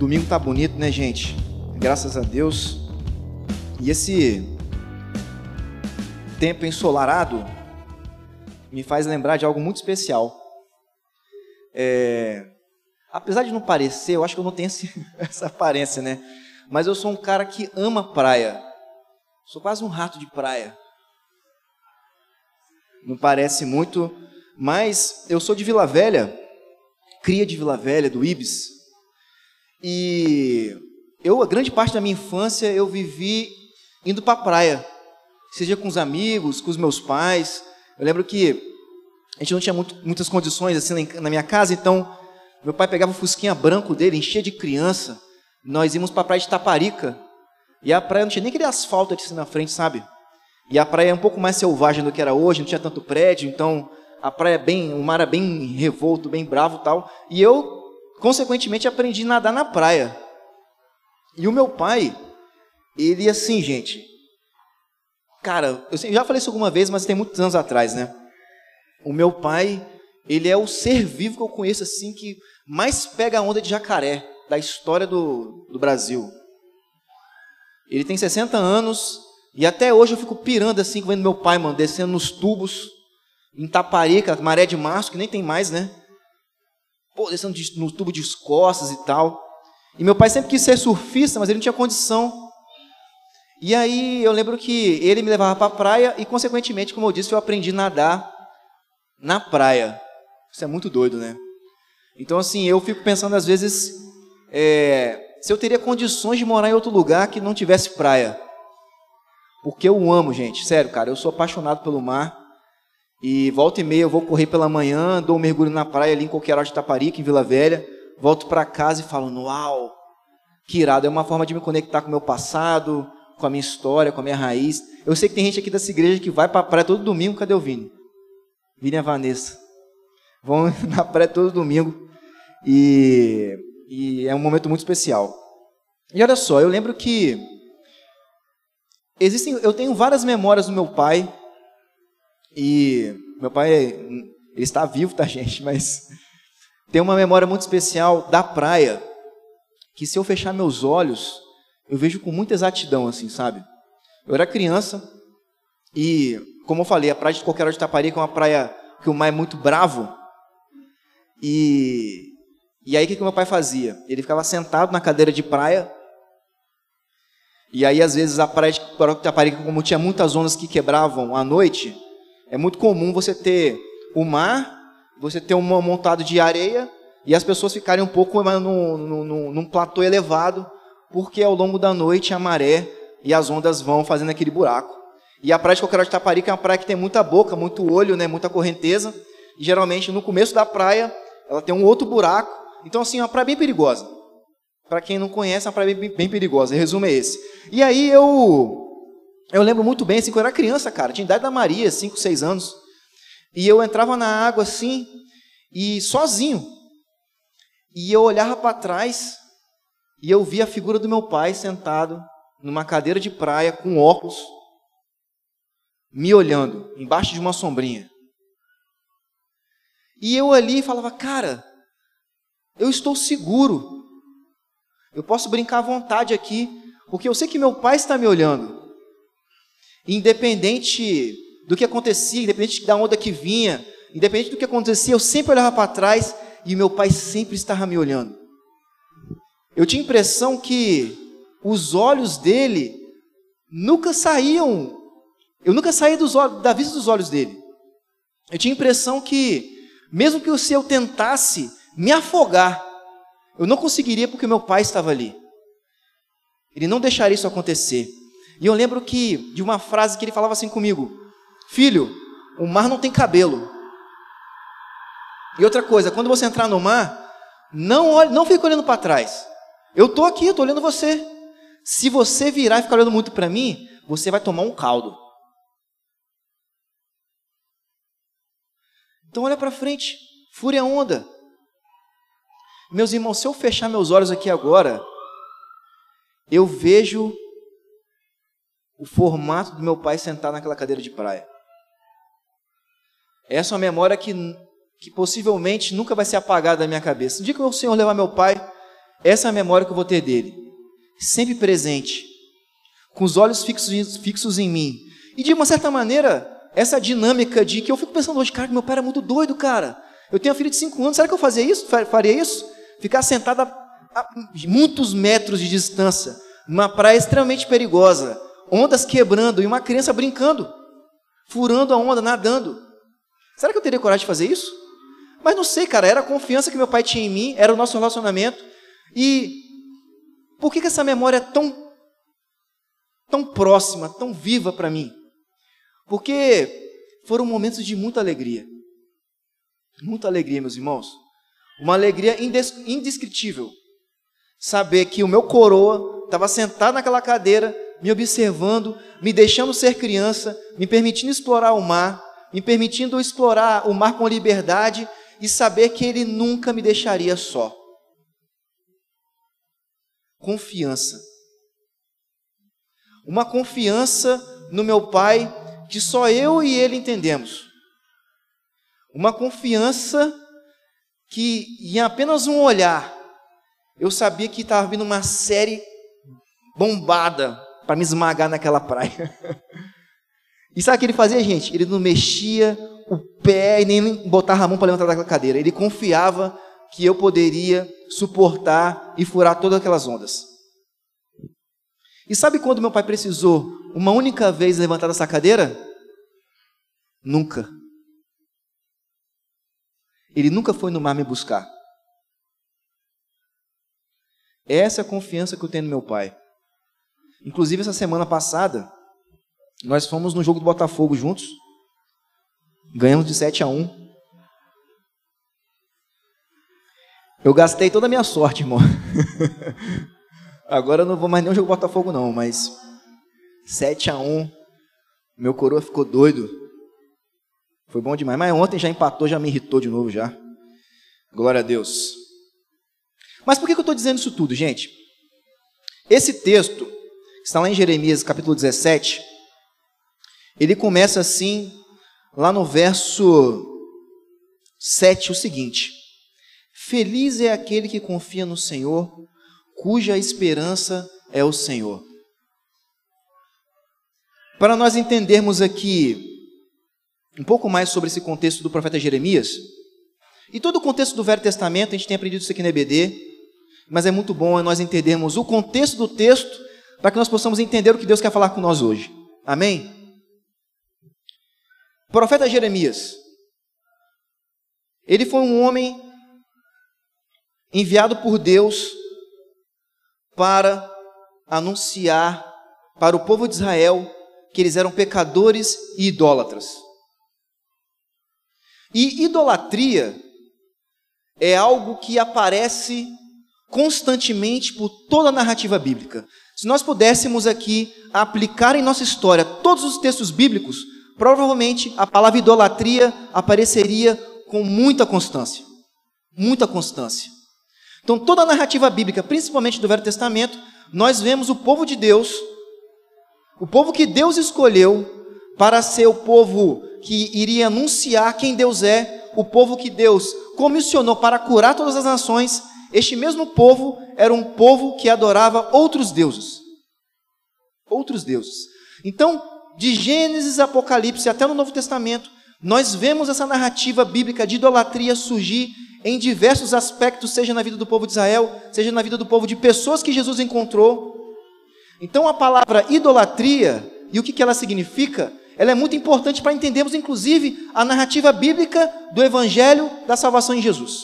Domingo tá bonito, né, gente? Graças a Deus. E esse tempo ensolarado me faz lembrar de algo muito especial. Apesar de não parecer, eu acho que eu não tenho essa aparência, né? Mas eu sou um cara que ama praia. Sou quase um rato de praia. Não parece muito, mas eu sou de Vila Velha, cria de Vila Velha, do Ibis. E a grande parte da minha infância, eu vivi indo para a praia. Seja com os amigos, com os meus pais. Eu lembro que a gente não tinha muitas condições assim na minha casa, então meu pai pegava o fusquinha branco dele, enchia de criança. Nós íamos para a praia de Taparica. E a praia não tinha nem aquele asfalto assim na frente, sabe? E a praia é um pouco mais selvagem do que era hoje, não tinha tanto prédio, então a praia o mar é bem revolto, bem bravo e tal. E eu, consequentemente, aprendi a nadar na praia. E o meu pai, ele assim, gente... Cara, eu já falei isso alguma vez, mas tem muitos anos atrás, né? O meu pai, ele é o ser vivo que eu conheço, assim, que mais pega a onda de jacaré da história do Brasil. Ele tem 60 anos e até hoje eu fico pirando, assim, vendo meu pai, mano, descendo nos tubos, em Taparica, maré de março, que nem tem mais, né? Pô, descendo no tubo de Escostas e tal. E meu pai sempre quis ser surfista, mas ele não tinha condição. E aí eu lembro que ele me levava para a praia e, consequentemente, como eu disse, eu aprendi a nadar na praia. Isso é muito doido, né? Então, assim, eu fico pensando às vezes se eu teria condições de morar em outro lugar que não tivesse praia. Porque eu amo, gente. Sério, cara, eu sou apaixonado pelo mar. E volta e meia eu vou correr pela manhã, dou um mergulho na praia ali em Coqueiral de Taparica, em Vila Velha. Volto para casa e falo, uau, que irado. É uma forma de me conectar com o meu passado, com a minha história, com a minha raiz. Eu sei que tem gente aqui dessa igreja que vai para a praia todo domingo. Cadê o Vini? Vini e a Vanessa. Vão na praia todo domingo. E é um momento muito especial. E olha só, eu lembro que eu tenho várias memórias do meu pai. E meu pai, ele está vivo, tá, gente? Mas tem uma memória muito especial da praia, que se eu fechar meus olhos, eu vejo com muita exatidão, assim, sabe? Eu era criança e, como eu falei, a praia de Coqueiral de Taparica é uma praia que o mar é muito bravo. E aí, o que meu pai fazia? Ele ficava sentado na cadeira de praia. E aí, às vezes, a praia de Taparica, como tinha muitas ondas que quebravam à noite, é muito comum você ter o mar, você ter um montado de areia e as pessoas ficarem um pouco num platô elevado, porque ao longo da noite a maré e as ondas vão fazendo aquele buraco. E a praia de Coqueiral de Taparica é uma praia que tem muita boca, muito olho, né, muita correnteza. E geralmente no começo da praia ela tem um outro buraco. Então, assim, é uma praia bem perigosa. Para quem não conhece, é uma praia bem perigosa. O resumo é esse. E aí eu lembro muito bem, assim, quando eu era criança, cara, tinha idade da Maria, 5, 6 anos, e eu entrava na água, assim, e sozinho, e eu olhava para trás, e eu via a figura do meu pai sentado numa cadeira de praia, com óculos, me olhando, embaixo de uma sombrinha. E eu ali falava, cara, eu estou seguro, eu posso brincar à vontade aqui, porque eu sei que meu pai está me olhando. Independente do que acontecia, independente da onda que vinha, independente do que acontecia, eu sempre olhava para trás e meu pai sempre estava me olhando. Eu tinha a impressão que os olhos dele nunca saíam, eu nunca saía da vista dos olhos dele. Eu tinha a impressão que, mesmo que se eu tentasse me afogar, eu não conseguiria porque meu pai estava ali. Ele não deixaria isso acontecer. E eu lembro de uma frase que ele falava assim comigo: filho, o mar não tem cabelo. E outra coisa, quando você entrar no mar, não fique olhando para trás. Eu estou aqui, eu estou olhando você. Se você virar e ficar olhando muito para mim, você vai tomar um caldo. Então olha para frente, fure a onda. Meus irmãos, se eu fechar meus olhos aqui agora, eu vejo o formato do meu pai sentado naquela cadeira de praia. Essa é uma memória que possivelmente nunca vai ser apagada da minha cabeça. No dia que o Senhor levar meu pai, essa é a memória que eu vou ter dele, sempre presente, com os olhos fixos em mim. E de uma certa maneira, essa dinâmica de que eu fico pensando hoje, cara, meu pai era muito doido, cara. Eu tenho uma filha de 5 anos, será que eu faria isso? Ficar sentado a muitos metros de distância, numa praia extremamente perigosa, ondas quebrando e uma criança brincando, furando a onda, nadando. Será que eu teria coragem de fazer isso? Mas não sei, cara, era a confiança que meu pai tinha em mim, era o nosso relacionamento. E por que essa memória é tão próxima, tão viva para mim? Porque foram momentos de muita alegria. Muita alegria, meus irmãos. Uma alegria indescritível. Saber que o meu coroa estava sentado naquela cadeira, me observando, me deixando ser criança, me permitindo explorar o mar, me permitindo explorar o mar com liberdade e saber que ele nunca me deixaria só. Confiança. Uma confiança no meu pai que só eu e ele entendemos. Uma confiança que em apenas um olhar eu sabia que estava vindo uma série bombada para me esmagar naquela praia. E sabe o que ele fazia, gente? Ele não mexia o pé e nem botava a mão para levantar daquela cadeira. Ele confiava que eu poderia suportar e furar todas aquelas ondas. E sabe quando meu pai precisou uma única vez levantar dessa cadeira? Nunca. Ele nunca foi no mar me buscar. Essa é a confiança que eu tenho no meu pai. Inclusive, essa semana passada, nós fomos no jogo do Botafogo juntos. Ganhamos de 7-1. Eu gastei toda a minha sorte, irmão. Agora eu não vou mais nem no jogo do Botafogo, não, mas 7-1. Meu coroa ficou doido. Foi bom demais. Mas ontem já empatou, já me irritou de novo já. Glória a Deus. Mas por que eu estou dizendo isso tudo, gente? Esse texto, que está lá em Jeremias, capítulo 17, ele começa assim, lá no verso 7, o seguinte: feliz é aquele que confia no Senhor, cuja esperança é o Senhor. Para nós entendermos aqui um pouco mais sobre esse contexto do profeta Jeremias, e todo o contexto do Velho Testamento, a gente tem aprendido isso aqui na EBD, mas é muito bom nós entendermos o contexto do texto, para que nós possamos entender o que Deus quer falar com nós hoje. Amém? O profeta Jeremias, ele foi um homem enviado por Deus para anunciar para o povo de Israel que eles eram pecadores e idólatras. E idolatria é algo que aparece constantemente por toda a narrativa bíblica. Se nós pudéssemos aqui aplicar em nossa história todos os textos bíblicos, provavelmente a palavra idolatria apareceria com muita constância. Muita constância. Então, toda a narrativa bíblica, principalmente do Velho Testamento, nós vemos o povo de Deus, o povo que Deus escolheu para ser o povo que iria anunciar quem Deus é, o povo que Deus comissionou para curar todas as nações. Este mesmo povo era um povo que adorava outros deuses. Outros deuses. Então, de Gênesis a Apocalipse até no Novo Testamento, nós vemos essa narrativa bíblica de idolatria surgir em diversos aspectos, seja na vida do povo de Israel, seja na vida do povo de pessoas que Jesus encontrou. Então, a palavra idolatria e o que ela significa, ela é muito importante para entendermos, inclusive, a narrativa bíblica do Evangelho da salvação em Jesus.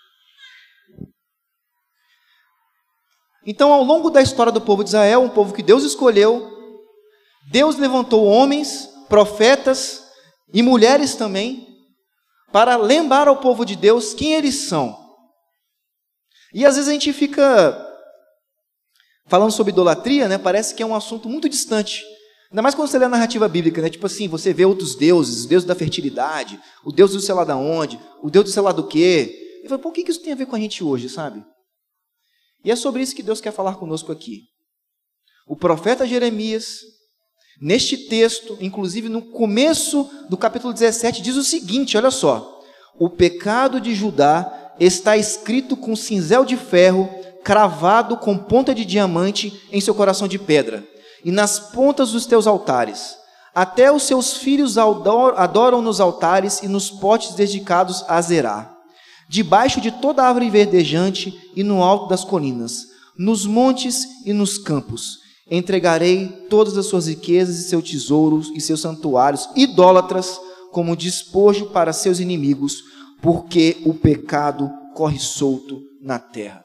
Então, ao longo da história do povo de Israel, um povo que Deus escolheu, Deus levantou homens, profetas e mulheres também, para lembrar ao povo de Deus quem eles são. E às vezes a gente fica falando sobre idolatria, né? Parece que é um assunto muito distante. Ainda mais quando você lê a narrativa bíblica, né? Tipo assim, você vê outros deuses, o deus da fertilidade, o deus do sei lá da onde, o deus do sei lá do quê. E fala, pô, o que isso tem a ver com a gente hoje, sabe? E é sobre isso que Deus quer falar conosco aqui. O profeta Jeremias, neste texto, inclusive no começo do capítulo 17, diz o seguinte, olha só: o pecado de Judá está escrito com cinzel de ferro, cravado com ponta de diamante em seu coração de pedra, e nas pontas dos teus altares. Até os seus filhos adoram nos altares e nos potes dedicados a Zerá, debaixo de toda árvore verdejante e no alto das colinas, nos montes e nos campos. Entregarei todas as suas riquezas e seus tesouros e seus santuários idólatras como despojo para seus inimigos, porque o pecado corre solto na terra.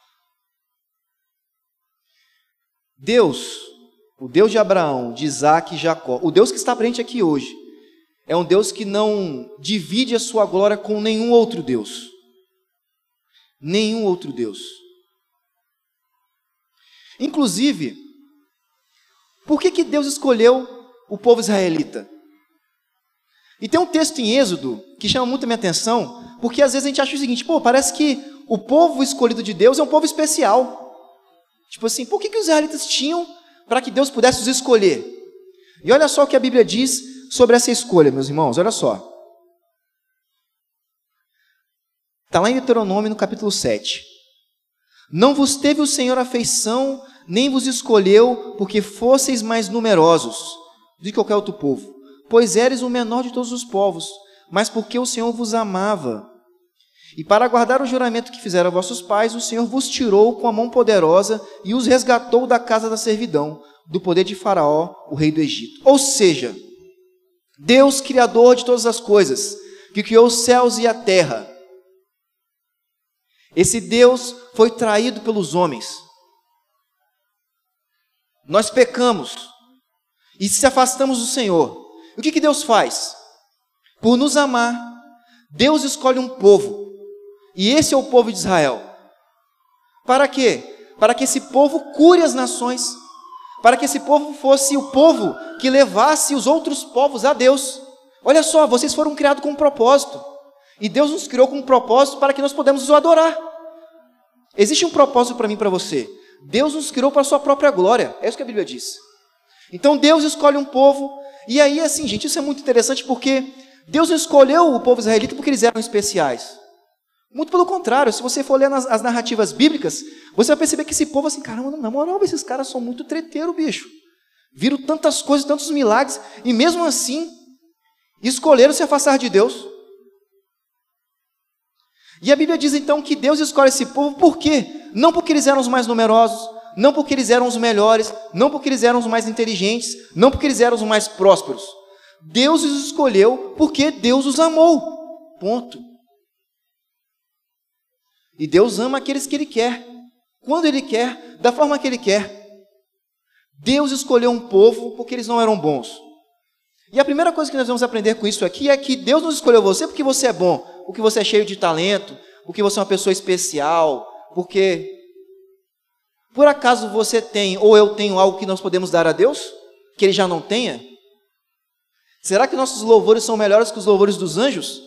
Deus, o Deus de Abraão, de Isaac e Jacó, o Deus que está presente aqui hoje, é um Deus que não divide a sua glória com nenhum outro Deus. Nenhum outro Deus. Inclusive, por que Deus escolheu o povo israelita? E tem um texto em Êxodo que chama muito a minha atenção, porque às vezes a gente acha o seguinte, parece que o povo escolhido de Deus é um povo especial. Tipo assim, por que os israelitas tinham para que Deus pudesse os escolher? E olha só o que a Bíblia diz sobre essa escolha, meus irmãos, olha só. Está lá em Deuteronômio, no capítulo 7. Não vos teve o Senhor afeição, nem vos escolheu, porque fosseis mais numerosos do que qualquer outro povo, pois eres o menor de todos os povos, mas porque o Senhor vos amava. E para guardar o juramento que fizeram vossos pais, o Senhor vos tirou com a mão poderosa e os resgatou da casa da servidão, do poder de Faraó, o rei do Egito. Ou seja, Deus, Criador de todas as coisas, que criou os céus e a terra, esse Deus foi traído pelos homens. Nós pecamos e se afastamos do Senhor. O que Deus faz? Por nos amar, Deus escolhe um povo. E esse é o povo de Israel. Para quê? Para que esse povo cure as nações. Para que esse povo fosse o povo que levasse os outros povos a Deus. Olha só, vocês foram criados com um propósito. E Deus nos criou com um propósito para que nós podemos o adorar. Existe um propósito para mim e para você. Deus nos criou para a sua própria glória. É isso que a Bíblia diz. Então Deus escolhe um povo. E aí, assim, gente, isso é muito interessante porque Deus não escolheu o povo israelita porque eles eram especiais. Muito pelo contrário, se você for ler as narrativas bíblicas, você vai perceber que esse povo, assim, caramba, na moral, esses caras são muito treteiro, bicho. Viram tantas coisas, tantos milagres, e mesmo assim, escolheram se afastar de Deus. E a Bíblia diz então que Deus escolhe esse povo, por quê? Não porque eles eram os mais numerosos, não porque eles eram os melhores, não porque eles eram os mais inteligentes, não porque eles eram os mais prósperos. Deus os escolheu porque Deus os amou. Ponto. E Deus ama aqueles que Ele quer, quando Ele quer, da forma que Ele quer. Deus escolheu um povo porque eles não eram bons. E a primeira coisa que nós vamos aprender com isso aqui é que Deus não escolheu você porque você é bom, porque você é cheio de talento, porque você é uma pessoa especial, porque por acaso você tem ou eu tenho algo que nós podemos dar a Deus, que Ele já não tenha? Será que nossos louvores são melhores que os louvores dos anjos?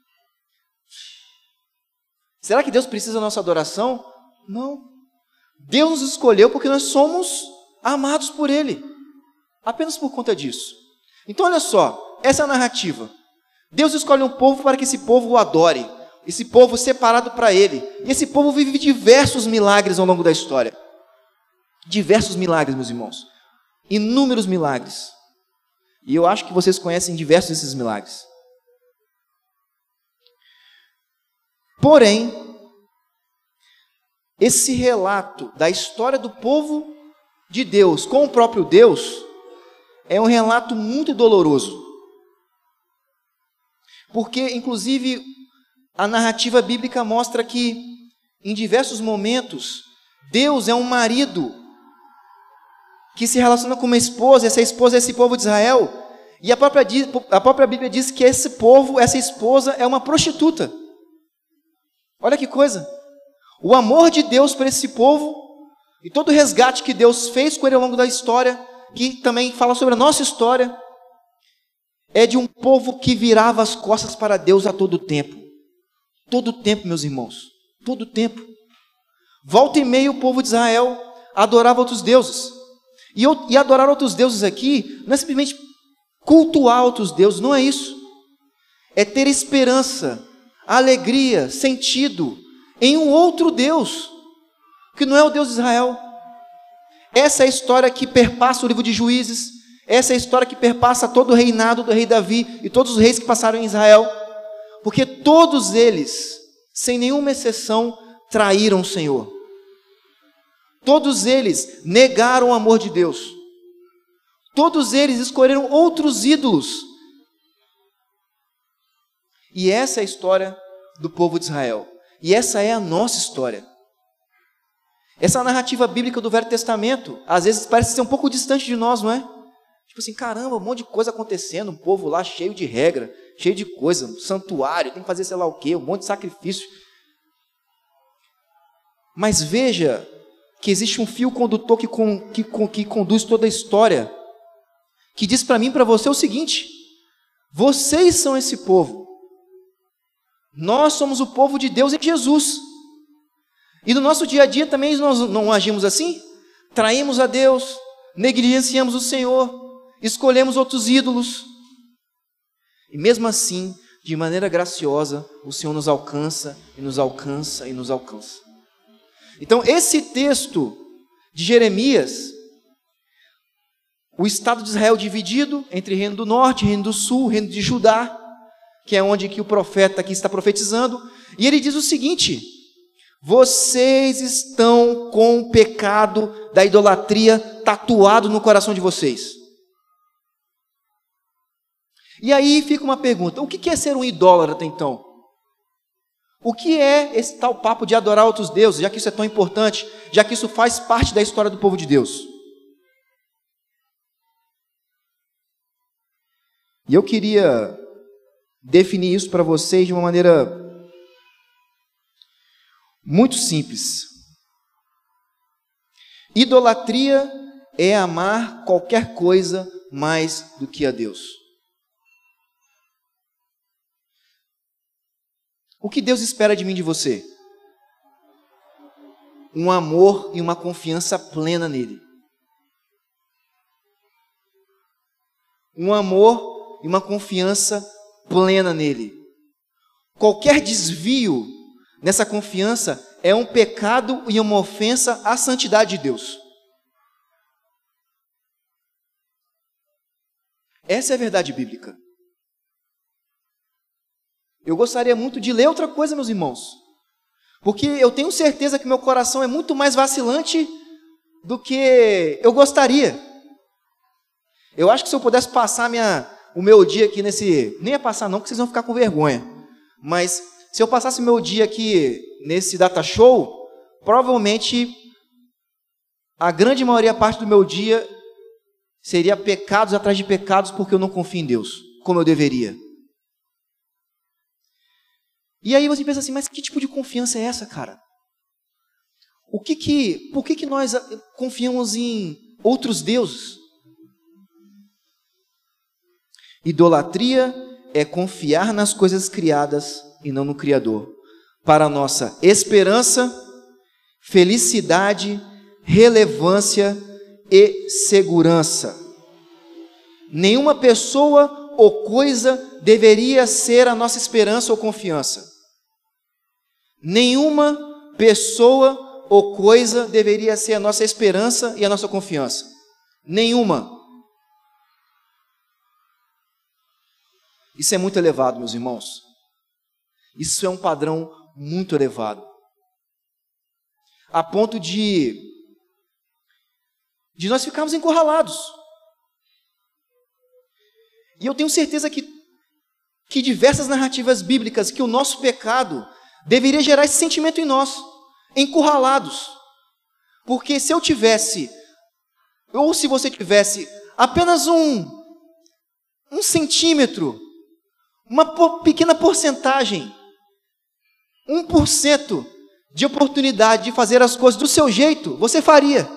Será que Deus precisa da nossa adoração? Não. Deus nos escolheu porque nós somos amados por Ele. Apenas por conta disso. Então olha só, essa é a narrativa. Deus escolhe um povo para que esse povo o adore. Esse povo separado para Ele. E esse povo vive diversos milagres ao longo da história. Diversos milagres, meus irmãos. Inúmeros milagres. E eu acho que vocês conhecem diversos desses milagres. Porém, esse relato da história do povo de Deus com o próprio Deus é um relato muito doloroso. Porque, inclusive, a narrativa bíblica mostra que, em diversos momentos, Deus é um marido que se relaciona com uma esposa, essa esposa é esse povo de Israel, e a própria Bíblia diz que esse povo, essa esposa, é uma prostituta. Olha que coisa, o amor de Deus por esse povo e todo o resgate que Deus fez com ele ao longo da história, que também fala sobre a nossa história, é de um povo que virava as costas para Deus a todo tempo. Todo tempo, meus irmãos, todo tempo. Volta e meia o povo de Israel adorava outros deuses. E adorar outros deuses aqui não é simplesmente cultuar outros deuses, não é isso. É ter esperança, alegria, sentido em um outro Deus. que não é o Deus de Israel. Essa é a história que perpassa o livro de Juízes, essa é a história que perpassa todo o reinado do rei Davi e todos os reis que passaram em Israel, porque todos eles, sem nenhuma exceção, traíram o Senhor. Todos eles negaram o amor de Deus. Todos eles escolheram outros ídolos. E essa é a história do povo de Israel. E essa é a nossa história. Essa narrativa bíblica do Velho Testamento, às vezes parece ser um pouco distante de nós, não é? Tipo assim, caramba, um monte de coisa acontecendo, um povo lá cheio de regra, cheio de coisa, um santuário, tem que fazer sei lá o quê, um monte de sacrifício. Mas veja que existe um fio condutor que conduz toda a história, que diz para mim e para você o seguinte: vocês são esse povo. Nós somos o povo de Deus em Jesus. E no nosso dia a dia também nós não agimos assim? Traímos a Deus, negligenciamos o Senhor, escolhemos outros ídolos. E mesmo assim, de maneira graciosa, o Senhor nos alcança, e nos alcança, e nos alcança. Então, esse texto de Jeremias, o estado de Israel dividido entre reino do norte, reino do sul, reino de Judá, que é onde que o profeta aqui está profetizando, e ele diz o seguinte: vocês estão com o pecado da idolatria tatuado no coração de vocês. E aí fica uma pergunta: o que é ser um idólatra então? O que é esse tal papo de adorar outros deuses, já que isso é tão importante, já que isso faz parte da história do povo de Deus? E eu queria definir isso para vocês de uma maneira muito simples. Idolatria é amar qualquer coisa mais do que a Deus. O que Deus espera de mim e de você? Um amor e uma confiança plena nele. Um amor e uma confiança plena nele. Qualquer desvio nessa confiança é um pecado e uma ofensa à santidade de Deus. Essa é a verdade bíblica. Eu gostaria muito de ler outra coisa, meus irmãos, porque eu tenho certeza que meu coração é muito mais vacilante do que eu gostaria. Eu acho que se eu pudesse passar o meu dia aqui nesse... Nem ia passar não, porque vocês vão ficar com vergonha. Mas se eu passasse meu dia aqui nesse data show, provavelmente a grande maioria, parte do meu dia seria pecados atrás de pecados, porque eu não confio em Deus, como eu deveria. E aí você pensa assim, mas que tipo de confiança é essa, cara? Por que nós confiamos em outros deuses? Idolatria é confiar nas coisas criadas e não no Criador, para a nossa esperança, felicidade, relevância e segurança. Nenhuma pessoa ou coisa deveria ser a nossa esperança ou confiança. Nenhuma pessoa ou coisa deveria ser a nossa esperança e a nossa confiança. Nenhuma. Isso é muito elevado, meus irmãos. Isso é um padrão muito elevado. A ponto de nós ficarmos encurralados. E eu tenho certeza que diversas narrativas bíblicas, que o nosso pecado deveria gerar esse sentimento em nós, encurralados. Porque se eu tivesse, ou se você tivesse apenas um centímetro, uma pequena porcentagem, 1% de oportunidade de fazer as coisas do seu jeito, você faria.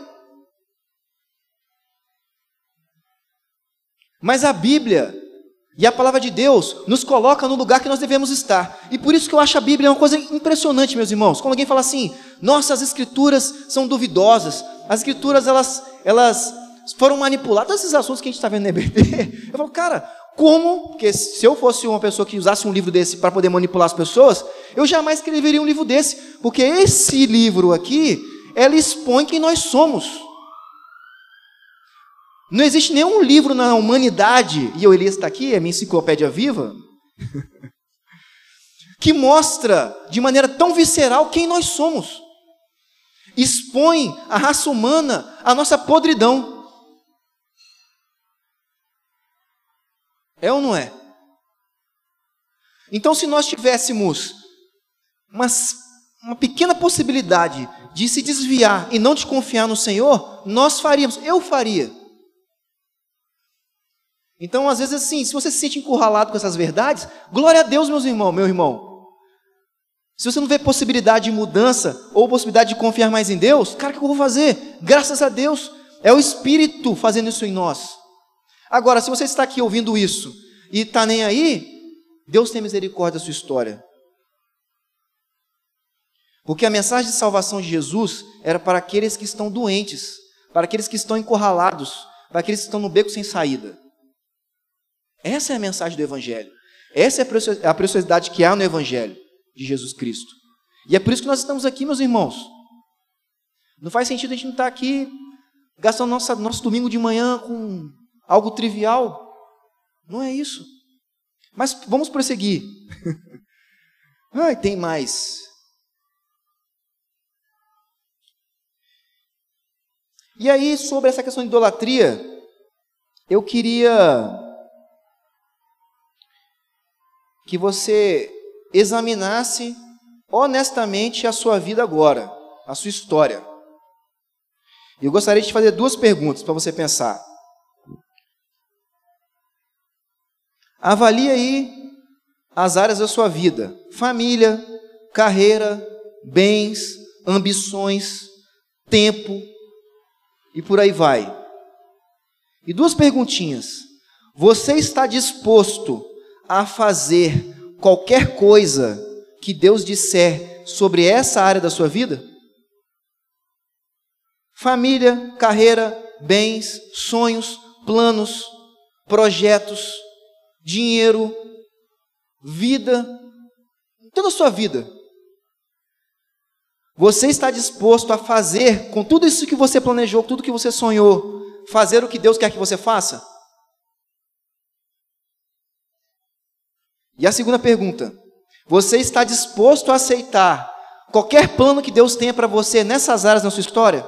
Mas a Bíblia e a palavra de Deus nos coloca no lugar que nós devemos estar. E por isso que eu acho a Bíblia uma coisa impressionante, meus irmãos. Quando alguém fala assim, nossa, as escrituras são duvidosas, as escrituras elas foram manipuladas, esses assuntos que a gente está vendo no EBT, eu falo, cara, como? Porque se eu fosse uma pessoa que usasse um livro desse para poder manipular as pessoas, eu jamais escreveria um livro desse, porque esse livro aqui ela expõe quem nós somos. Não existe nenhum livro na humanidade, e Elias está aqui, é minha enciclopédia viva, que mostra de maneira tão visceral quem nós somos. Expõe a raça humana à nossa podridão. É ou não é? Então, se nós tivéssemos uma pequena possibilidade de se desviar e não de confiar no Senhor, nós faríamos, eu faria. Então, às vezes, assim, se você se sente encurralado com essas verdades, glória a Deus, meu irmão. Se você não vê possibilidade de mudança ou possibilidade de confiar mais em Deus, cara, o que eu vou fazer? Graças a Deus, é o Espírito fazendo isso em nós. Agora, se você está aqui ouvindo isso e está nem aí, Deus tem misericórdia da sua história. Porque a mensagem de salvação de Jesus era para aqueles que estão doentes, para aqueles que estão encurralados, para aqueles que estão no beco sem saída. Essa é a mensagem do Evangelho. Essa é a preciosidade que há no Evangelho de Jesus Cristo. E é por isso que nós estamos aqui, meus irmãos. Não faz sentido a gente não estar aqui gastando nosso domingo de manhã com algo trivial. Não é isso. Mas vamos prosseguir. Ai, tem mais. E aí, sobre essa questão de idolatria, eu queria que você examinasse honestamente a sua vida agora, a sua história. E eu gostaria de fazer 2 perguntas para você pensar. Avalie aí as áreas da sua vida: família, carreira, bens, ambições, tempo e por aí vai. E 2 perguntinhas: você está disposto a fazer qualquer coisa que Deus disser sobre essa área da sua vida? Família, carreira, bens, sonhos, planos, projetos, dinheiro, vida, toda a sua vida. Você está disposto a fazer, com tudo isso que você planejou, tudo que você sonhou, fazer o que Deus quer que você faça? E a segunda pergunta: você está disposto a aceitar qualquer plano que Deus tenha para você nessas áreas na sua história?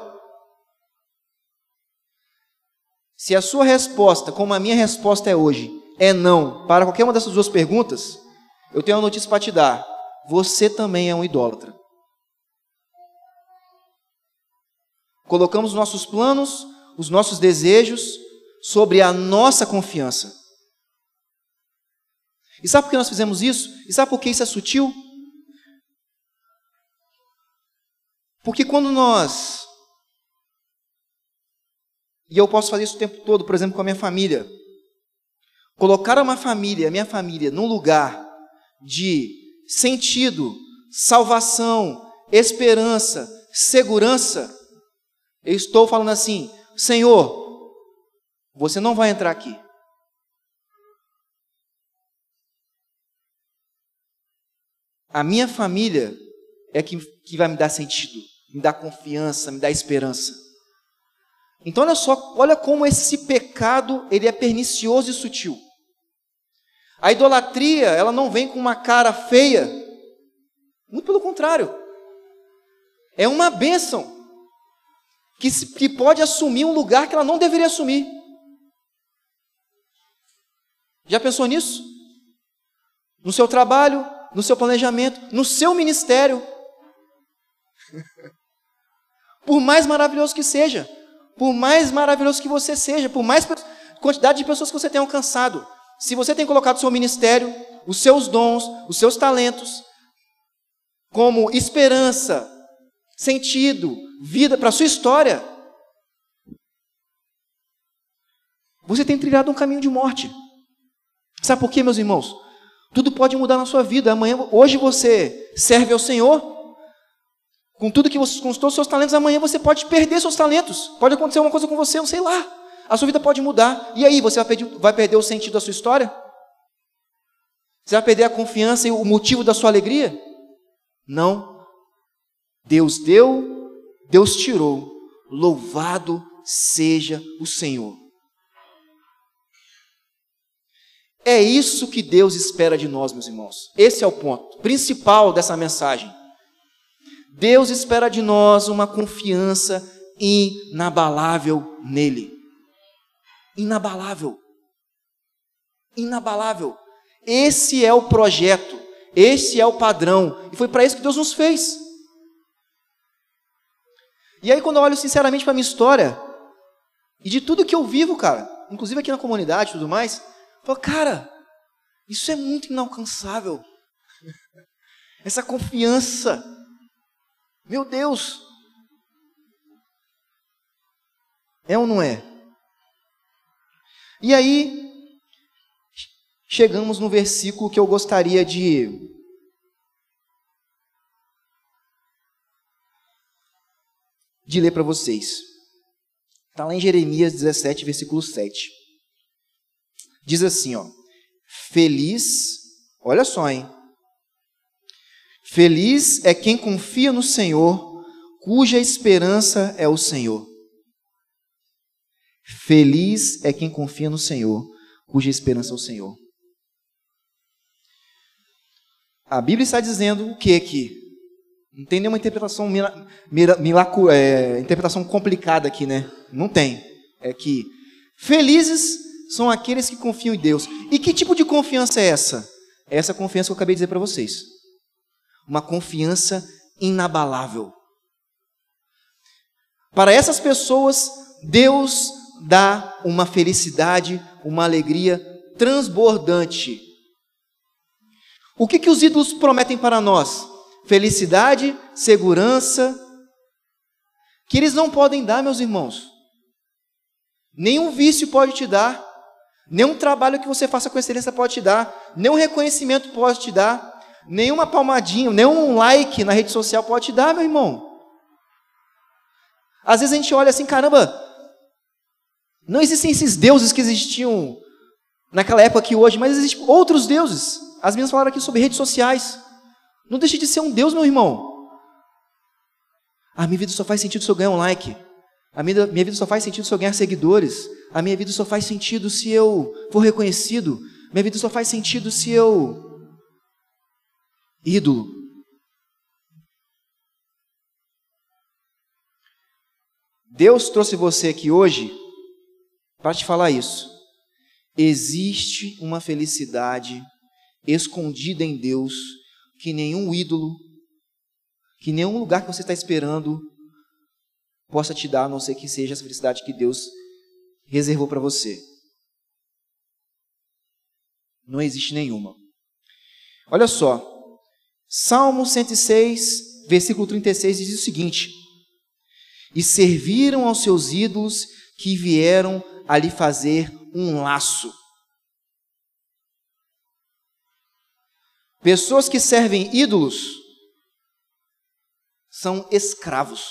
Se a sua resposta, como a minha resposta é hoje, é não para qualquer uma dessas 2 perguntas, eu tenho uma notícia para te dar: você também é um idólatra. Colocamos nossos planos, os nossos desejos sobre a nossa confiança. E sabe por que nós fizemos isso? E sabe por que isso é sutil? Porque quando nós, e eu posso fazer isso o tempo todo, por exemplo, com a minha família, colocar a minha família, num lugar de sentido, salvação, esperança, segurança, eu estou falando assim: Senhor, você não vai entrar aqui. A minha família é que vai me dar sentido, me dar confiança, me dar esperança. Então olha só, olha como esse pecado ele é pernicioso e sutil. A idolatria, ela não vem com uma cara feia, muito pelo contrário. É uma bênção que pode assumir um lugar que ela não deveria assumir. Já pensou nisso? No seu trabalho, no seu planejamento, no seu ministério. Por mais maravilhoso que seja, por mais maravilhoso que você seja, por mais quantidade de pessoas que você tenha alcançado, se você tem colocado o seu ministério, os seus dons, os seus talentos, como esperança, sentido, vida para a sua história, você tem trilhado um caminho de morte. Sabe por quê, meus irmãos? Tudo pode mudar na sua vida. Hoje você serve ao Senhor, com tudo que você conquistou, os seus talentos. Amanhã você pode perder seus talentos. Pode acontecer uma coisa com você, não sei lá. A sua vida pode mudar. E aí, você vai perder o sentido da sua história? Você vai perder a confiança e o motivo da sua alegria? Não. Deus deu, Deus tirou. Louvado seja o Senhor. É isso que Deus espera de nós, meus irmãos. Esse é o ponto principal dessa mensagem. Deus espera de nós uma confiança inabalável nele. Inabalável. Inabalável. Esse é o projeto, esse é o padrão, e foi para isso que Deus nos fez. E aí, quando eu olho sinceramente para a minha história, e de tudo que eu vivo, cara, inclusive aqui na comunidade e tudo mais, eu falo, cara, isso é muito inalcançável. Essa confiança, meu Deus, é ou não é? E aí, chegamos no versículo que eu gostaria de ler para vocês. Está lá em Jeremias 17, versículo 7. Diz assim, ó. Feliz, olha só, hein? Feliz é quem confia no Senhor, cuja esperança é o Senhor. Feliz é quem confia no Senhor, cuja esperança é o Senhor. A Bíblia está dizendo o que aqui? Não tem nenhuma interpretação interpretação complicada aqui, né? Não tem. É que felizes são aqueles que confiam em Deus. E que tipo de confiança é essa? É essa confiança que eu acabei de dizer para vocês. Uma confiança inabalável. Para essas pessoas, Deus dá uma felicidade, uma alegria transbordante. O que os ídolos prometem para nós? Felicidade, segurança, que eles não podem dar, meus irmãos. Nenhum vício pode te dar, nenhum trabalho que você faça com excelência pode te dar, nenhum reconhecimento pode te dar, nenhuma palmadinha, nenhum like na rede social pode te dar, meu irmão. Às vezes a gente olha assim, caramba, não existem esses deuses que existiam naquela época aqui hoje, mas existem outros deuses. As meninas falaram aqui sobre redes sociais. Não deixe de ser um Deus, meu irmão. A minha vida só faz sentido se eu ganhar um like. A minha vida só faz sentido se eu ganhar seguidores. A minha vida só faz sentido se eu for reconhecido. Minha vida só faz sentido se eu... Ídolo. Deus trouxe você aqui hoje para te falar isso. Existe uma felicidade escondida em Deus que nenhum ídolo, que nenhum lugar que você está esperando possa te dar, a não ser que seja essa felicidade que Deus reservou para você. Não existe nenhuma. Olha só, Salmo 106, versículo 36 diz o seguinte: e serviram aos seus ídolos que vieram a lhe fazer um laço. Pessoas que servem ídolos são escravos.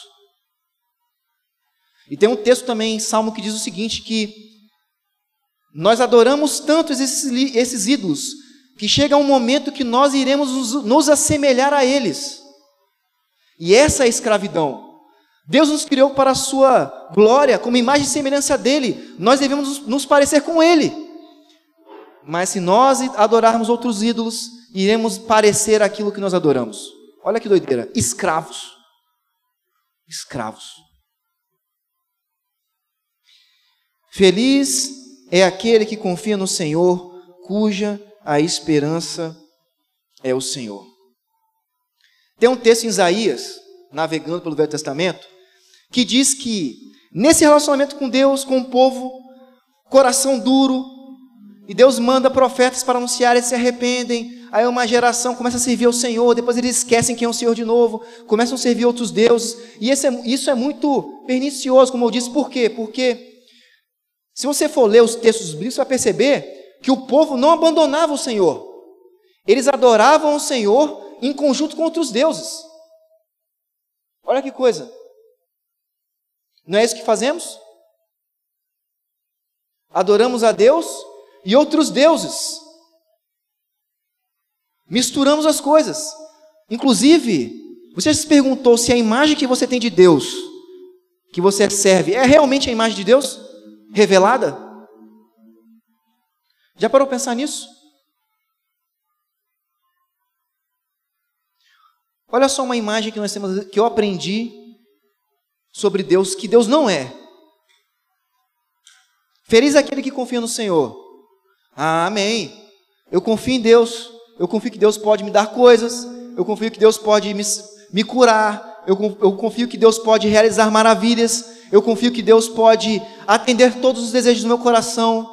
E tem um texto também em Salmo que diz o seguinte, que nós adoramos tanto esses ídolos, que chega um momento que nós iremos nos assemelhar a eles. E essa é a escravidão. Deus nos criou para a sua glória, como imagem e semelhança dele. Nós devemos nos parecer com ele. Mas se nós adorarmos outros ídolos, iremos parecer aquilo que nós adoramos. Olha que doideira. Escravos. Escravos. Feliz é aquele que confia no Senhor, cuja a esperança é o Senhor. Tem um texto em Isaías, navegando pelo Velho Testamento, que diz que nesse relacionamento com Deus, com o povo, coração duro, e Deus manda profetas para anunciar, eles se arrependem, aí uma geração começa a servir ao Senhor, depois eles esquecem quem é o Senhor de novo, começam a servir outros deuses, e isso é muito pernicioso, como eu disse. Por quê? Porque se você for ler os textos bíblicos, você vai perceber que o povo não abandonava o Senhor, eles adoravam o Senhor em conjunto com outros deuses. Olha que coisa, não é isso que fazemos? Adoramos a Deus e outros deuses, misturamos as coisas. Inclusive, você se perguntou se a imagem que você tem de Deus que você serve é realmente a imagem de Deus revelada? Já parou para pensar nisso? Olha só uma imagem que nós temos, que eu aprendi sobre Deus, que Deus não é. Feliz é aquele que confia no Senhor. Ah, amém. Eu confio em Deus. Eu confio que Deus pode me dar coisas. Eu confio que Deus pode me curar. Eu confio que Deus pode realizar maravilhas. Eu confio que Deus pode atender todos os desejos do meu coração.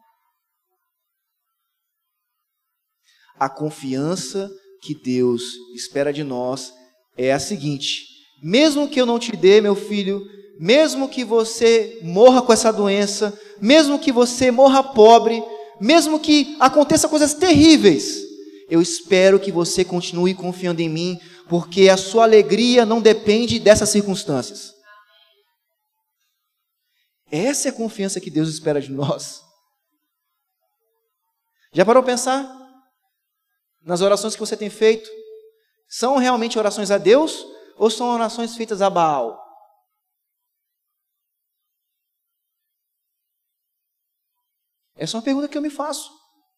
A confiança que Deus espera de nós é a seguinte: mesmo que eu não te dê, meu filho, mesmo que você morra com essa doença, mesmo que você morra pobre, mesmo que aconteça coisas terríveis, eu espero que você continue confiando em mim, porque a sua alegria não depende dessas circunstâncias. Essa é a confiança que Deus espera de nós. Já parou para pensar? Nas orações que você tem feito, são realmente orações a Deus ou são orações feitas a Baal? Essa é uma pergunta que eu me faço.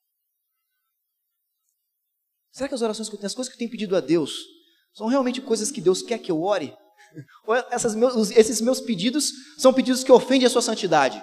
Será que as orações que eu tenho, as coisas que eu tenho pedido a Deus, são realmente coisas que Deus quer que eu ore? Ou esses meus pedidos são pedidos que ofendem a sua santidade?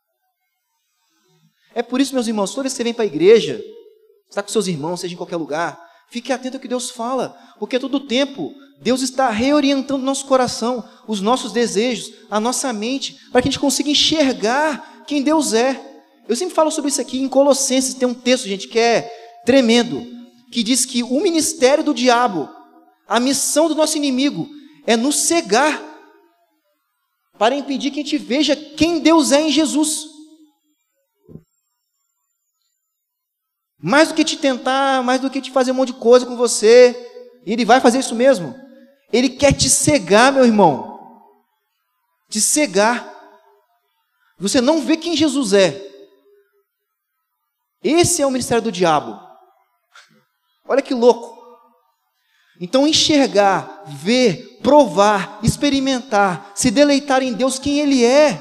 É por isso, meus irmãos, toda vez que você vem para a igreja, está com seus irmãos, seja em qualquer lugar, fique atento ao que Deus fala, porque a todo tempo Deus está reorientando nosso coração, os nossos desejos, a nossa mente, para que a gente consiga enxergar quem Deus é. Eu sempre falo sobre isso aqui em Colossenses, tem um texto, gente, que é tremendo, que diz que o ministério do diabo, a missão do nosso inimigo, é nos cegar, para impedir que a gente veja quem Deus é em Jesus. Mais do que te tentar, mais do que te fazer um monte de coisa com você, e ele vai fazer isso mesmo. Ele quer te cegar, meu irmão. Te cegar. Você não vê quem Jesus é. Esse é o ministério do diabo. Olha que louco. Então enxergar, ver, provar, experimentar, se deleitar em Deus, quem Ele é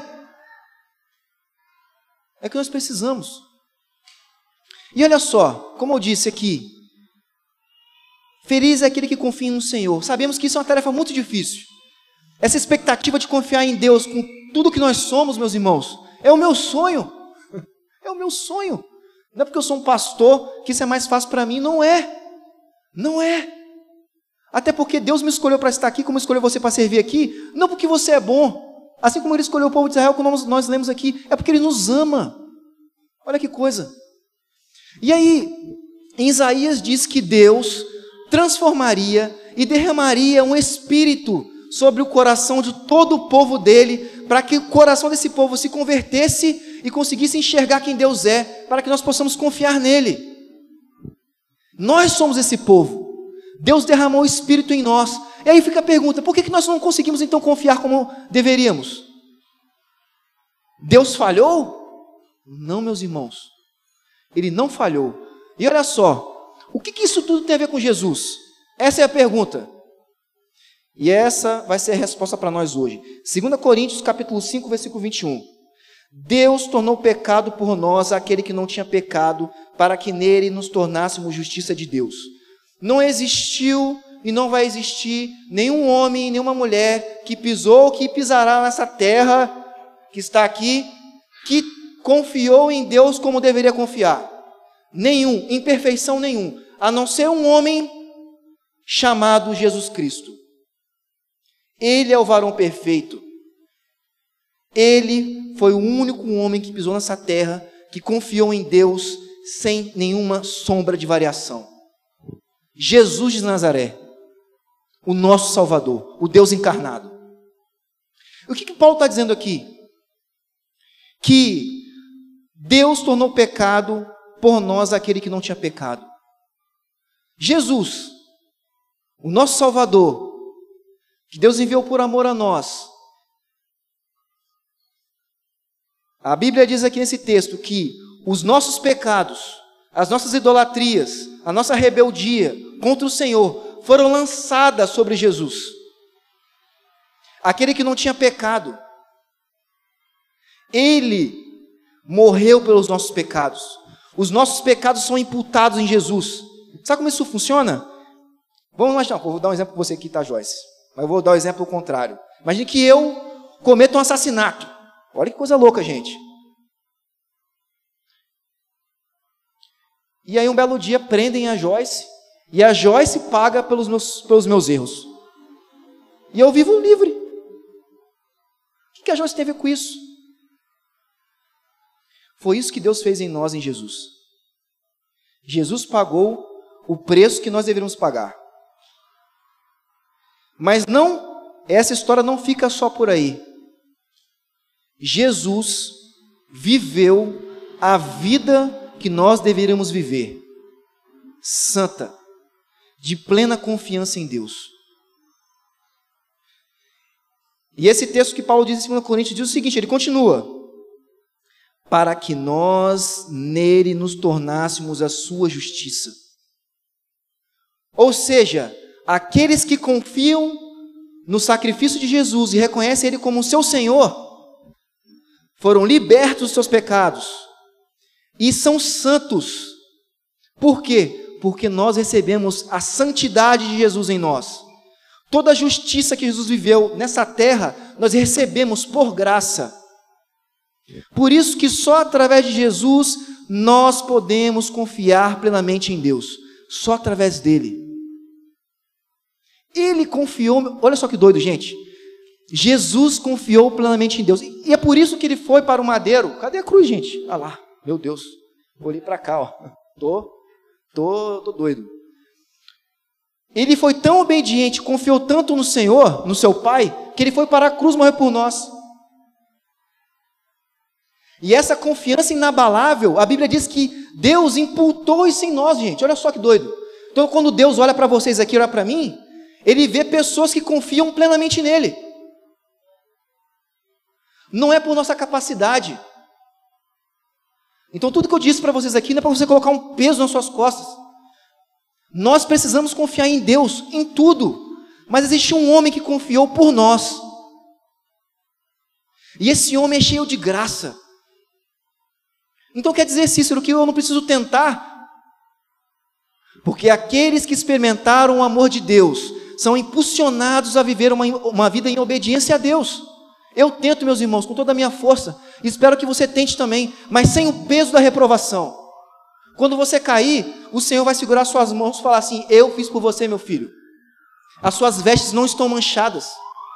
o que nós precisamos. E olha só, como eu disse aqui, feliz é aquele que confia no Senhor. Sabemos que isso é uma tarefa muito difícil. Essa expectativa de confiar em Deus com tudo que nós somos, meus irmãos, é o meu sonho. É o meu sonho. Não é porque eu sou um pastor que isso é mais fácil para mim. Não é. Não é. Até porque Deus me escolheu para estar aqui, como escolheu você para servir aqui, não porque você é bom. Assim como Ele escolheu o povo de Israel, como nós lemos aqui, é porque Ele nos ama. Olha que coisa. E aí, em Isaías diz que Deus transformaria e derramaria um espírito sobre o coração de todo o povo dele, para que o coração desse povo se convertesse e conseguisse enxergar quem Deus é, para que nós possamos confiar nele. Nós somos esse povo. Deus derramou o espírito em nós. E aí fica a pergunta, por que nós não conseguimos então confiar como deveríamos? Deus falhou? Não, meus irmãos. Ele não falhou. E olha só, o que isso tudo tem a ver com Jesus? Essa é a pergunta. E essa vai ser a resposta para nós hoje. 2 Coríntios capítulo 5, versículo 21. Deus tornou pecado por nós aquele que não tinha pecado, para que nele nos tornássemos justiça de Deus. Não existiu e não vai existir nenhum homem e nenhuma mulher que pisou ou que pisará nessa terra que está aqui, que confiou em Deus como deveria confiar. Nenhum, em perfeição nenhum, a não ser um homem chamado Jesus Cristo. Ele é o varão perfeito. Ele foi o único homem que pisou nessa terra, que confiou em Deus sem nenhuma sombra de variação. Jesus de Nazaré, o nosso Salvador, o Deus encarnado. O que Paulo está dizendo aqui? Que Deus tornou pecado por nós aquele que não tinha pecado. Jesus, o nosso Salvador, que Deus enviou por amor a nós. A Bíblia diz aqui nesse texto que os nossos pecados, as nossas idolatrias, a nossa rebeldia contra o Senhor foram lançadas sobre Jesus. aquele que não tinha pecado. Ele morreu pelos nossos pecados. Os nossos pecados são imputados em Jesus. Sabe como isso funciona? Vamos imaginar, vou dar um exemplo para você aqui, tá, Joyce? Mas eu vou dar o exemplo contrário. Imagine que eu cometo um assassinato. Olha que coisa louca, gente. E aí um belo dia prendem a Joyce, e a Joyce paga pelos meus erros. E eu vivo livre. O que a Joyce teve com isso? Foi isso que Deus fez em nós, em Jesus. Jesus pagou o preço que nós deveríamos pagar. Mas essa história não fica só por aí. Jesus viveu a vida que nós deveríamos viver, santa, de plena confiança em Deus. E esse texto que Paulo diz em 2 Coríntios diz o seguinte, ele continua: para que nós nele nos tornássemos a sua justiça. Ou seja, aqueles que confiam no sacrifício de Jesus e reconhecem ele como seu Senhor, foram libertos dos seus pecados e são santos. Por quê? Porque nós recebemos a santidade de Jesus em nós. Toda a justiça que Jesus viveu nessa terra, nós recebemos por graça. Por isso que só através de Jesus nós podemos confiar plenamente em Deus. Só através dele. Ele confiou, olha só que doido, gente. Jesus confiou plenamente em Deus. E é por isso que ele foi para o madeiro. Cadê a cruz, gente? Olha lá, meu Deus. Olhei para cá, ó. Tô doido. Ele foi tão obediente, confiou tanto no Senhor, no seu Pai, que ele foi para a cruz morrer por nós. E essa confiança inabalável, a Bíblia diz que Deus imputou isso em nós, gente. Olha só que doido. Então, quando Deus olha para vocês aqui, olha para mim, ele vê pessoas que confiam plenamente nele. Não é por nossa capacidade. Então, tudo que eu disse para vocês aqui não é para você colocar um peso nas suas costas. Nós precisamos confiar em Deus, em tudo. Mas existe um homem que confiou por nós. E esse homem é cheio de graça. Então quer dizer, Cícero, que eu não preciso tentar? Porque aqueles que experimentaram o amor de Deus são impulsionados a viver uma vida em obediência a Deus. Eu tento, meus irmãos, com toda a minha força. Espero que você tente também, mas sem o peso da reprovação. Quando você cair, o Senhor vai segurar suas mãos e falar assim: eu fiz por você, meu filho. As suas vestes não estão manchadas.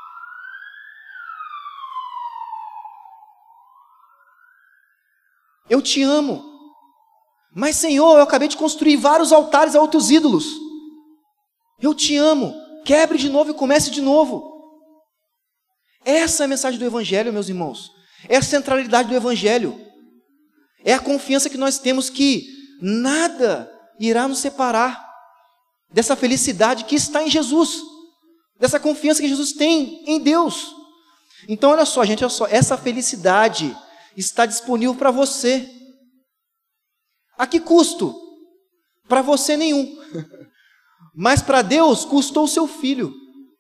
Eu te amo. Mas, Senhor, eu acabei de construir vários altares a outros ídolos. Eu te amo. Quebre de novo e comece de novo. Essa é a mensagem do Evangelho, meus irmãos. É a centralidade do Evangelho. É a confiança que nós temos que nada irá nos separar dessa felicidade que está em Jesus. Dessa confiança que Jesus tem em Deus. Então, olha só, gente, olha só. Essa felicidade está disponível para você. A que custo? Para você nenhum. Mas para Deus custou o seu filho.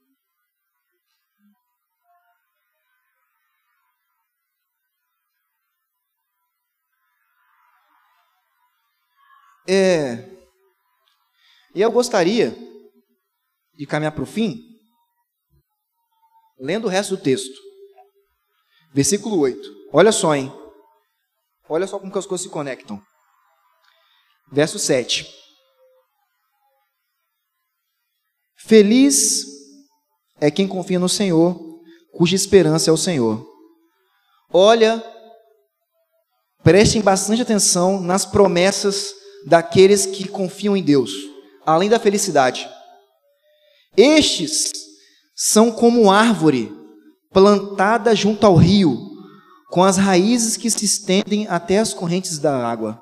E eu gostaria de caminhar para o fim, lendo o resto do texto. Versículo 8. Olha só, hein? Olha só como que as coisas se conectam. Verso 7. Feliz é quem confia no Senhor, cuja esperança é o Senhor. Olha, prestem bastante atenção nas promessas daqueles que confiam em Deus, além da felicidade. Estes são como árvore plantada junto ao rio, com as raízes que se estendem até as correntes da água.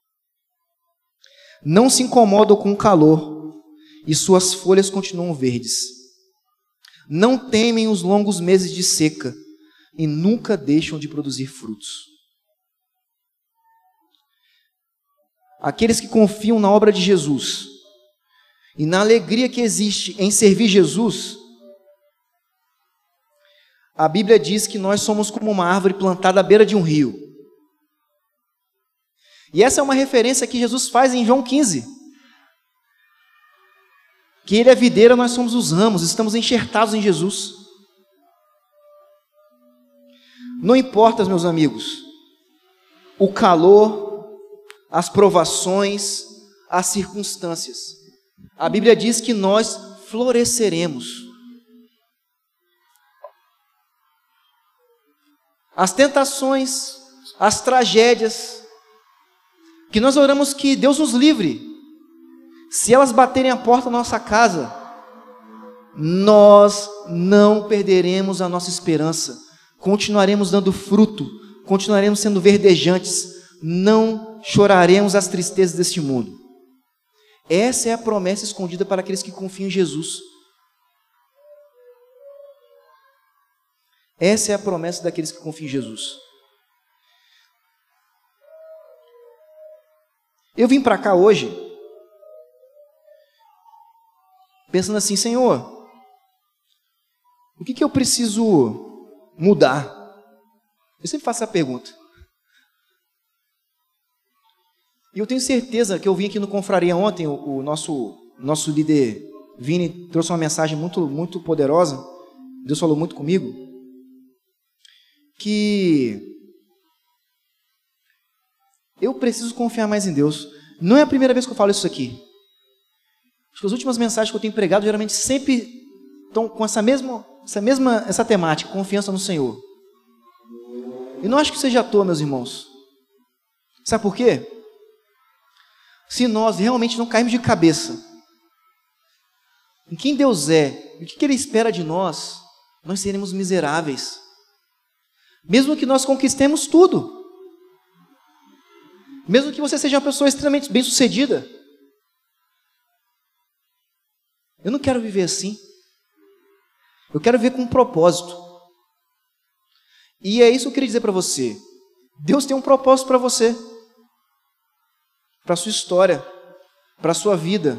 Não se incomodam com o calor, e suas folhas continuam verdes. Não temem os longos meses de seca, e nunca deixam de produzir frutos. Aqueles que confiam na obra de Jesus, e na alegria que existe em servir Jesus, a Bíblia diz que nós somos como uma árvore plantada à beira de um rio. E essa é uma referência que Jesus faz em João 15. Que Ele é a videira, nós somos os ramos, estamos enxertados em Jesus. Não importa, meus amigos, o calor, as provações, as circunstâncias. A Bíblia diz que nós floresceremos. As tentações, as tragédias, que nós oramos que Deus nos livre. Se elas baterem a porta da nossa casa, nós não perderemos a nossa esperança. Continuaremos dando fruto, continuaremos sendo verdejantes, não choraremos as tristezas deste mundo. Essa é a promessa escondida para aqueles que confiam em Jesus. Essa é a promessa daqueles que confiam em Jesus. Eu vim para cá hoje pensando assim, Senhor, o que eu preciso mudar? Eu sempre faço essa pergunta. E eu tenho certeza que eu vim aqui no Confraria ontem, o nosso líder Vini trouxe uma mensagem muito poderosa, Deus falou muito comigo, que eu preciso confiar mais em Deus. Não é a primeira vez que eu falo isso aqui. Acho que as últimas mensagens que eu tenho pregado geralmente sempre estão com essa temática, confiança no Senhor. E não acho que seja à toa, meus irmãos. Sabe por quê? Se nós realmente não cairmos de cabeça em quem Deus é, e o que Ele espera de nós, nós seremos miseráveis. Mesmo que nós conquistemos tudo. Mesmo que você seja uma pessoa extremamente bem-sucedida. Eu não quero viver assim. Eu quero viver com um propósito. E é isso que eu queria dizer para você. Deus tem um propósito para você. Para a sua história. Para a sua vida.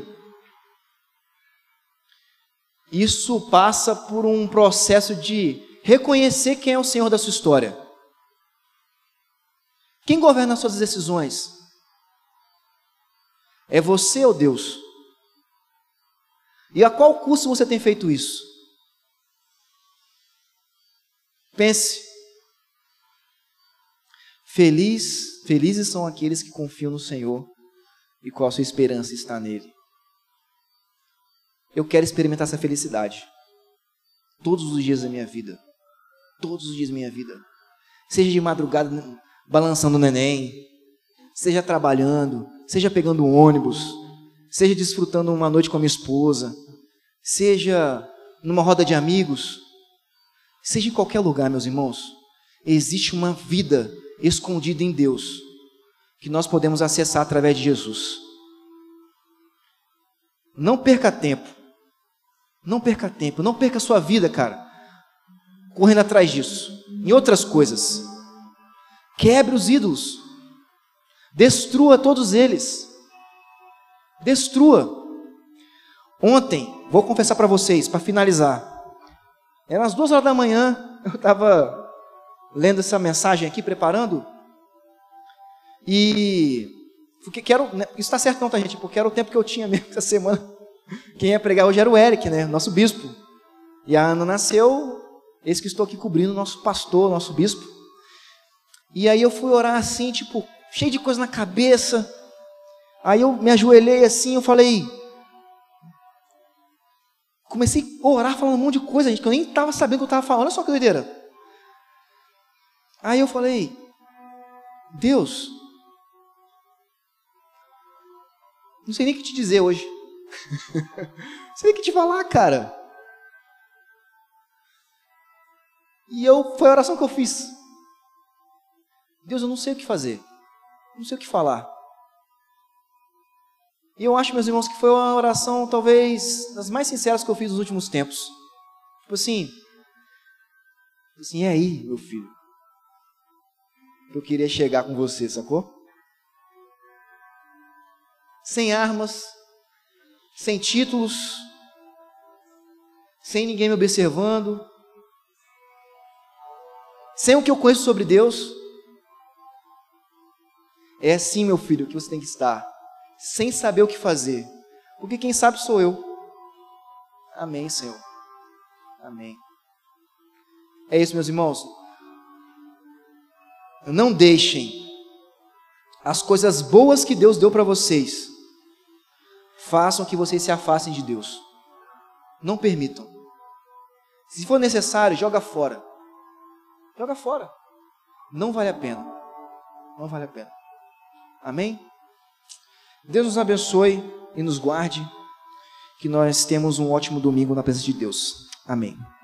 Isso passa por um processo de reconhecer quem é o Senhor da sua história. Quem governa as suas decisões? É você ou Deus? E a qual custo você tem feito isso? Pense. Felizes são aqueles que confiam no Senhor e qual a sua esperança está nele. Eu quero experimentar essa felicidade todos os dias da minha vida. Todos os dias da minha vida. Seja de madrugada balançando o neném, seja trabalhando, seja pegando um ônibus, seja desfrutando uma noite com a minha esposa, seja numa roda de amigos, seja em qualquer lugar, meus irmãos, existe uma vida escondida em Deus, que nós podemos acessar através de Jesus. Não perca tempo, não perca a sua vida, cara, correndo atrás disso, em outras coisas. Quebre os ídolos, destrua todos eles, destrua. Ontem, vou confessar para vocês, para finalizar, eram as 2 horas da manhã, eu estava lendo essa mensagem aqui, preparando, e porque isso está certo não, tá, gente? Porque era o tempo que eu tinha mesmo essa semana. Quem ia pregar hoje era o Eric, né? Nosso bispo. E a Ana nasceu, esse que estou aqui cobrindo, nosso pastor, nosso bispo. E aí eu fui orar assim, tipo, cheio de coisa na cabeça. Aí eu me ajoelhei assim, eu falei... Comecei a orar falando um monte de coisa, gente, que eu nem estava sabendo o que eu estava falando. Olha só que doideira. Aí eu falei... Deus... Não sei nem o que te dizer hoje. Não sei nem o que te falar, cara. E foi a oração que eu fiz. Deus, eu não sei o que fazer. Não sei o que falar. E eu acho, meus irmãos, que foi uma oração talvez das mais sinceras que eu fiz nos últimos tempos. Tipo assim, e aí, meu filho? Eu queria chegar com você, sacou? Sem armas, sem títulos, sem ninguém me observando. sem o que eu conheço sobre Deus. É assim, meu filho, que você tem que estar, sem saber o que fazer, porque quem sabe sou eu. Amém, Senhor. Amém. É isso, meus irmãos. Não deixem as coisas boas que Deus deu para vocês façam que vocês se afastem de Deus. Não permitam. Se for necessário, joga fora. Joga fora. Não vale a pena. Não vale a pena. Amém? Deus nos abençoe e nos guarde. Que nós temos um ótimo domingo na presença de Deus. Amém.